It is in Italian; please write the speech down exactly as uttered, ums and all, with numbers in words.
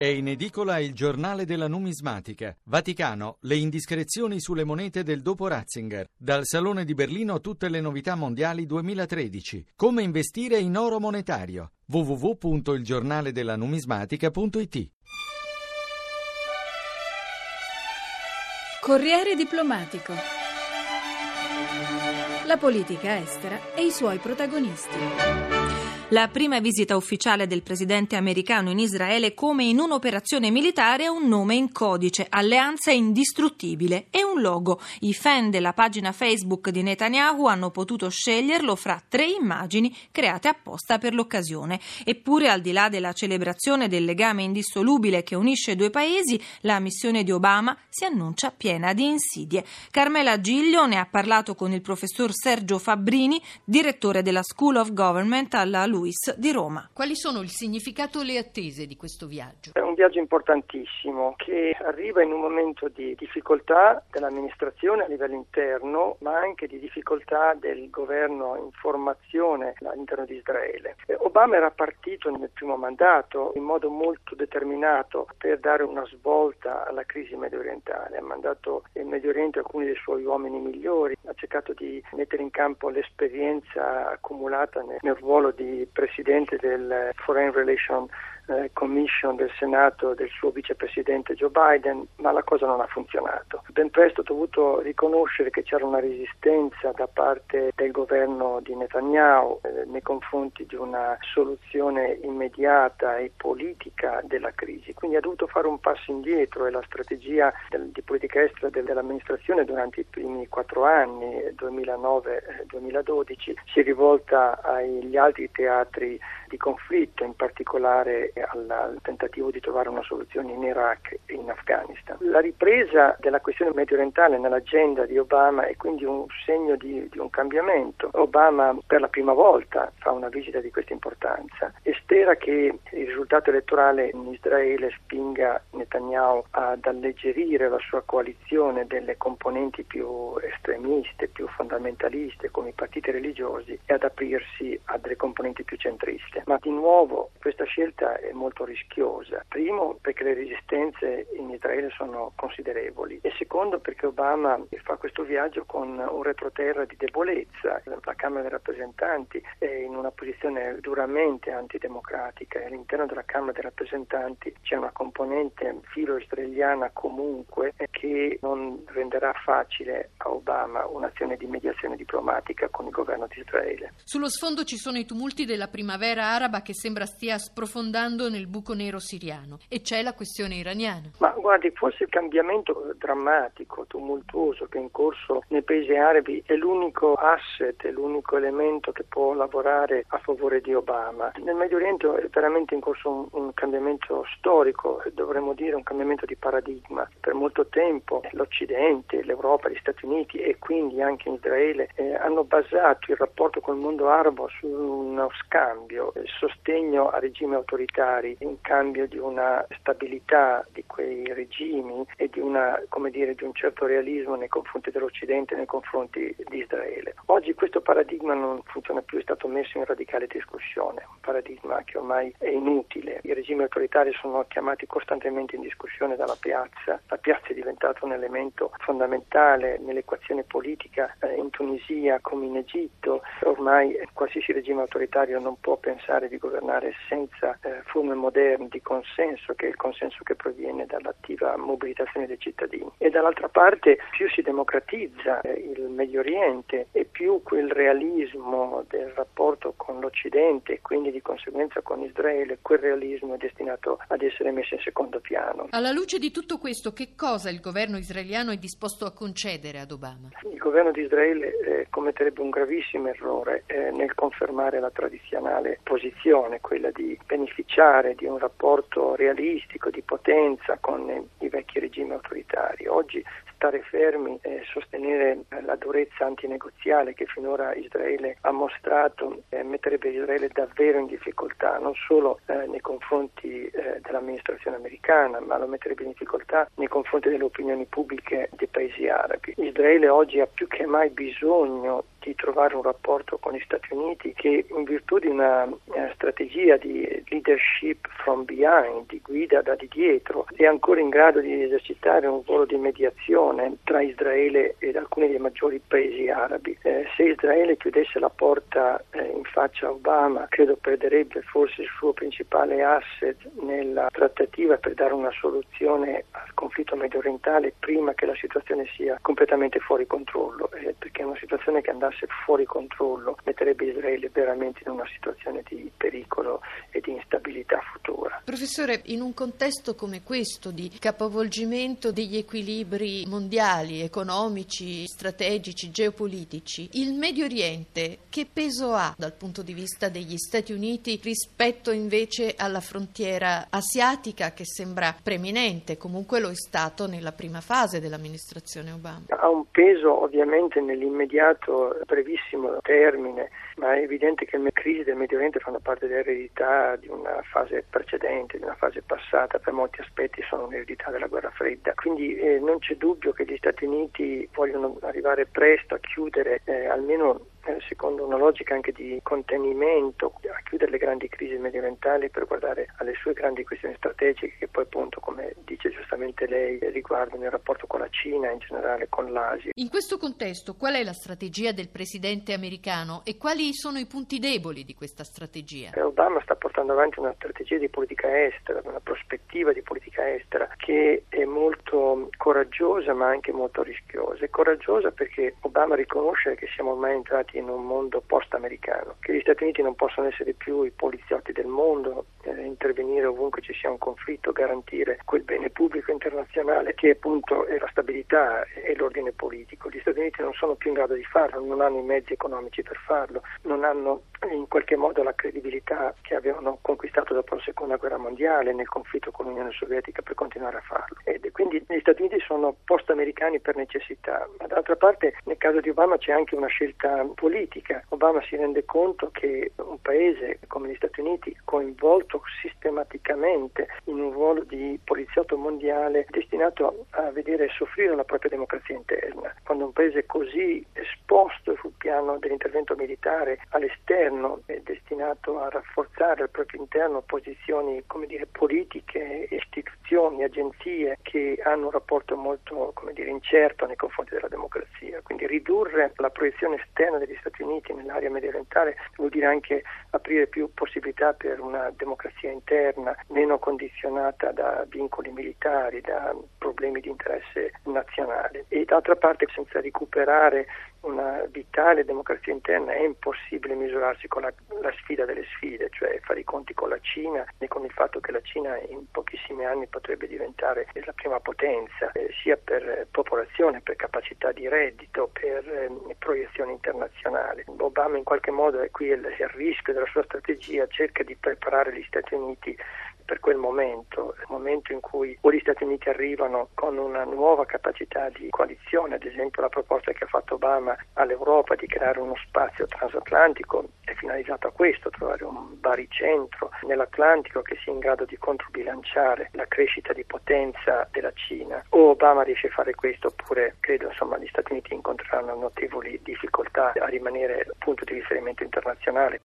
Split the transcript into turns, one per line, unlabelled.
È in edicola il Giornale della Numismatica. Vaticano, le indiscrezioni sulle monete del dopo Ratzinger. Dal Salone di Berlino tutte le novità mondiali duemilatredici. Come investire in oro monetario. w w w punto il giornale della numismatica punto i t.
Corriere diplomatico. La politica estera e i suoi protagonisti. La prima visita ufficiale del presidente americano in Israele come in un'operazione militare ha un nome in codice, Alleanza Indistruttibile, e un logo. I fan della pagina Facebook di Netanyahu hanno potuto sceglierlo fra tre immagini create apposta per l'occasione. Eppure, al di là della celebrazione del legame indissolubile che unisce i due paesi, la missione di Obama si annuncia piena di insidie. Carmela Giglio ne ha parlato con il professor Sergio Fabbrini, direttore della School of Government alla Luis di Roma.
Quali sono il significato e le attese di questo viaggio?
È un viaggio importantissimo che arriva in un momento di difficoltà dell'amministrazione a livello interno, ma anche di difficoltà del governo in formazione all'interno di Israele. Obama era partito nel primo mandato in modo molto determinato per dare una svolta alla crisi medio orientale. Ha mandato in Medio Oriente alcuni dei suoi uomini migliori, ha cercato di mettere in campo l'esperienza accumulata nel, nel ruolo di presidente del Foreign Relations Commission del Senato del suo vicepresidente Joe Biden, ma la cosa non ha funzionato. Ben presto ho dovuto riconoscere che c'era una resistenza da parte del governo di Netanyahu eh, nei confronti di una soluzione immediata e politica della crisi. Quindi ha dovuto fare un passo indietro e la strategia del, di politica estera del, dell'amministrazione durante i primi quattro anni, duemilanove duemiladodici, si è rivolta agli altri teatri di conflitto, in particolare al, al tentativo di trovare una soluzione in Iraq e in Afghanistan. La ripresa della questione medio orientale nell'agenda di Obama è quindi un segno di, di un cambiamento. Obama per la prima volta fa una visita di questa importanza e spera che il risultato elettorale in Israele spinga Netanyahu ad alleggerire la sua coalizione delle componenti più estremiste, più fondamentaliste come i partiti religiosi e ad aprirsi a delle componenti più centriste. Ma di nuovo questa scelta è molto rischiosa. Primo, perché le resistenze in Israele sono considerevoli, e secondo, perché Obama fa questo viaggio con un retroterra di debolezza. La Camera dei rappresentanti è in una posizione duramente antidemocratica e all'interno della Camera dei rappresentanti c'è una componente filo-israeliana comunque che non renderà facile a Obama un'azione di mediazione diplomatica con il governo di Israele.
Sullo sfondo ci sono i tumulti della primavera araba che sembra stia sprofondando nel buco nero siriano, e c'è la questione iraniana.
Ma guardi, forse il cambiamento drammatico, tumultuoso che è in corso nei paesi arabi è l'unico asset, è l'unico elemento che può lavorare a favore di Obama. Nel Medio Oriente è veramente in corso un, un cambiamento storico, dovremmo dire un cambiamento di paradigma. Per molto tempo l'Occidente, l'Europa, gli Stati Uniti e quindi anche in Israele eh, hanno basato il rapporto col mondo arabo su uno scambio, il sostegno a regimi autoritari in cambio di una stabilità di quei regimi e di una, come dire, di un certo realismo nei confronti dell'Occidente e nei confronti di Israele. Oggi questo paradigma non funziona più, è stato messo in radicale discussione, un paradigma che ormai è inutile. I regimi autoritari sono chiamati costantemente in discussione dalla piazza, la piazza è diventata un elemento fondamentale nell'equazione politica eh, in Tunisia come in Egitto. Ormai qualsiasi regime autoritario non può pensare di governare senza eh, forme moderne di consenso, che è il consenso che proviene dall'attiva mobilitazione dei cittadini. E dall'altra parte più si democratizza eh, il Medio Oriente e più quel realismo del rapporto con l'Occidente e quindi di conseguenza con Israele, quel realismo è destinato ad essere messo in secondo piano.
Alla luce di tutto questo, che cosa il governo israeliano è disposto a concedere ad Obama?
Il governo di Israele eh, commetterebbe un gravissimo errore eh, nel confermare la tradizionale posizione, quella di beneficiare di un rapporto realistico di potenza con i vecchi regimi autoritari. Oggi stare fermi e sostenere la durezza antinegoziale che finora Israele ha mostrato eh, metterebbe Israele davvero in difficoltà, non solo eh, nei confronti eh, dell'amministrazione americana, ma lo metterebbe in difficoltà nei confronti delle opinioni pubbliche dei paesi arabi. Israele oggi ha più che mai bisogno di trovare un rapporto con gli Stati Uniti che, in virtù di una eh, strategia di leadership from behind, di guida da di dietro, è ancora in grado di esercitare un ruolo di mediazione tra Israele ed alcuni dei maggiori paesi arabi. Eh, se Israele chiudesse la porta eh, in faccia a Obama, credo perderebbe forse il suo principale asset nella trattativa per dare una soluzione al conflitto mediorientale prima che la situazione sia completamente fuori controllo, eh, perché è una situazione che andasse fuori controllo metterebbe Israele veramente in una situazione di pericolo e di instabilità futura.
Professore, in un contesto come questo di capovolgimento degli equilibri mondiali, economici, strategici, geopolitici, il Medio Oriente che peso ha dal punto di vista degli Stati Uniti rispetto invece alla frontiera asiatica che sembra preminente, comunque lo è stato nella prima fase dell'amministrazione Obama?
Ha un peso ovviamente nell'immediato brevissimo termine, ma è evidente che le crisi del Medio Oriente fanno parte dell'eredità di una fase precedente, di una fase passata, per molti aspetti sono un'eredità della guerra fredda, quindi eh, non c'è dubbio che gli Stati Uniti vogliono arrivare presto a chiudere eh, almeno eh, secondo una logica anche di contenimento, a chiudere le grandi crisi mediorientali per guardare alle sue grandi questioni strategiche che poi appunto, come dice giustamente lei, riguardano il rapporto con la Cina e in generale con l'Asia.
In questo contesto qual è la strategia del presidente americano e quali sono i punti deboli di questa strategia?
Obama sta portando avanti una strategia di politica estera, una prospettiva di politica estera che è molto coraggiosa ma anche molto rischiosa. È coraggiosa perché Obama riconosce che siamo ormai entrati in un mondo post-americano, che gli Stati Uniti non possono essere più i poliziotti del mondo, eh, intervenire ovunque ci sia un conflitto, garantire quel bene pubblico internazionale che appunto è la stabilità e l'ordine politico. Gli Stati Uniti non sono più in grado di farlo, non hanno i mezzi economici per farlo, non hanno in qualche modo la credibilità che avevano conquistato dopo la seconda guerra mondiale nel conflitto con l'Unione Sovietica per continuare a farlo. Ed quindi gli Stati Uniti sono post-americani per necessità, ma d'altra parte nel caso di Obama c'è anche una scelta politica. Obama si rende conto che un paese come gli Stati Uniti, coinvolto sistematicamente in un ruolo di poliziotto mondiale, è destinato a vedere soffrire la propria democrazia interna. Quando un paese così esposto sul piano dell'intervento militare all'esterno è destinato a rafforzare al proprio interno posizioni, come dire, politiche, istituzioni, agenzie che hanno un rapporto molto, come dire, incerto nei confronti della democrazia. Quindi ridurre la proiezione esterna degli Stati Uniti nell'area mediorientale vuol dire anche aprire più possibilità per una democrazia interna meno condizionata da vincoli militari, da problemi di interesse nazionale. E d'altra parte, senza recuperare una vitale democrazia interna è impossibile misurarsi con la, la sfida delle sfide, cioè fare i conti con la Cina e con il fatto che la Cina in pochissimi anni potrebbe diventare la prima potenza, eh, sia per popolazione, per capacità di reddito, per eh, proiezione internazionale. Obama in qualche modo, è qui il, il rischio della sua strategia, cerca di preparare gli Stati Uniti per quel momento, il momento in cui o gli Stati Uniti arrivano con una nuova capacità di coalizione, ad esempio la proposta che ha fatto Obama all'Europa di creare uno spazio transatlantico è finalizzato a questo, trovare un baricentro nell'Atlantico che sia in grado di controbilanciare la crescita di potenza della Cina. O Obama riesce a fare questo oppure credo insomma gli Stati Uniti incontreranno notevoli difficoltà a rimanere punto di riferimento internazionale.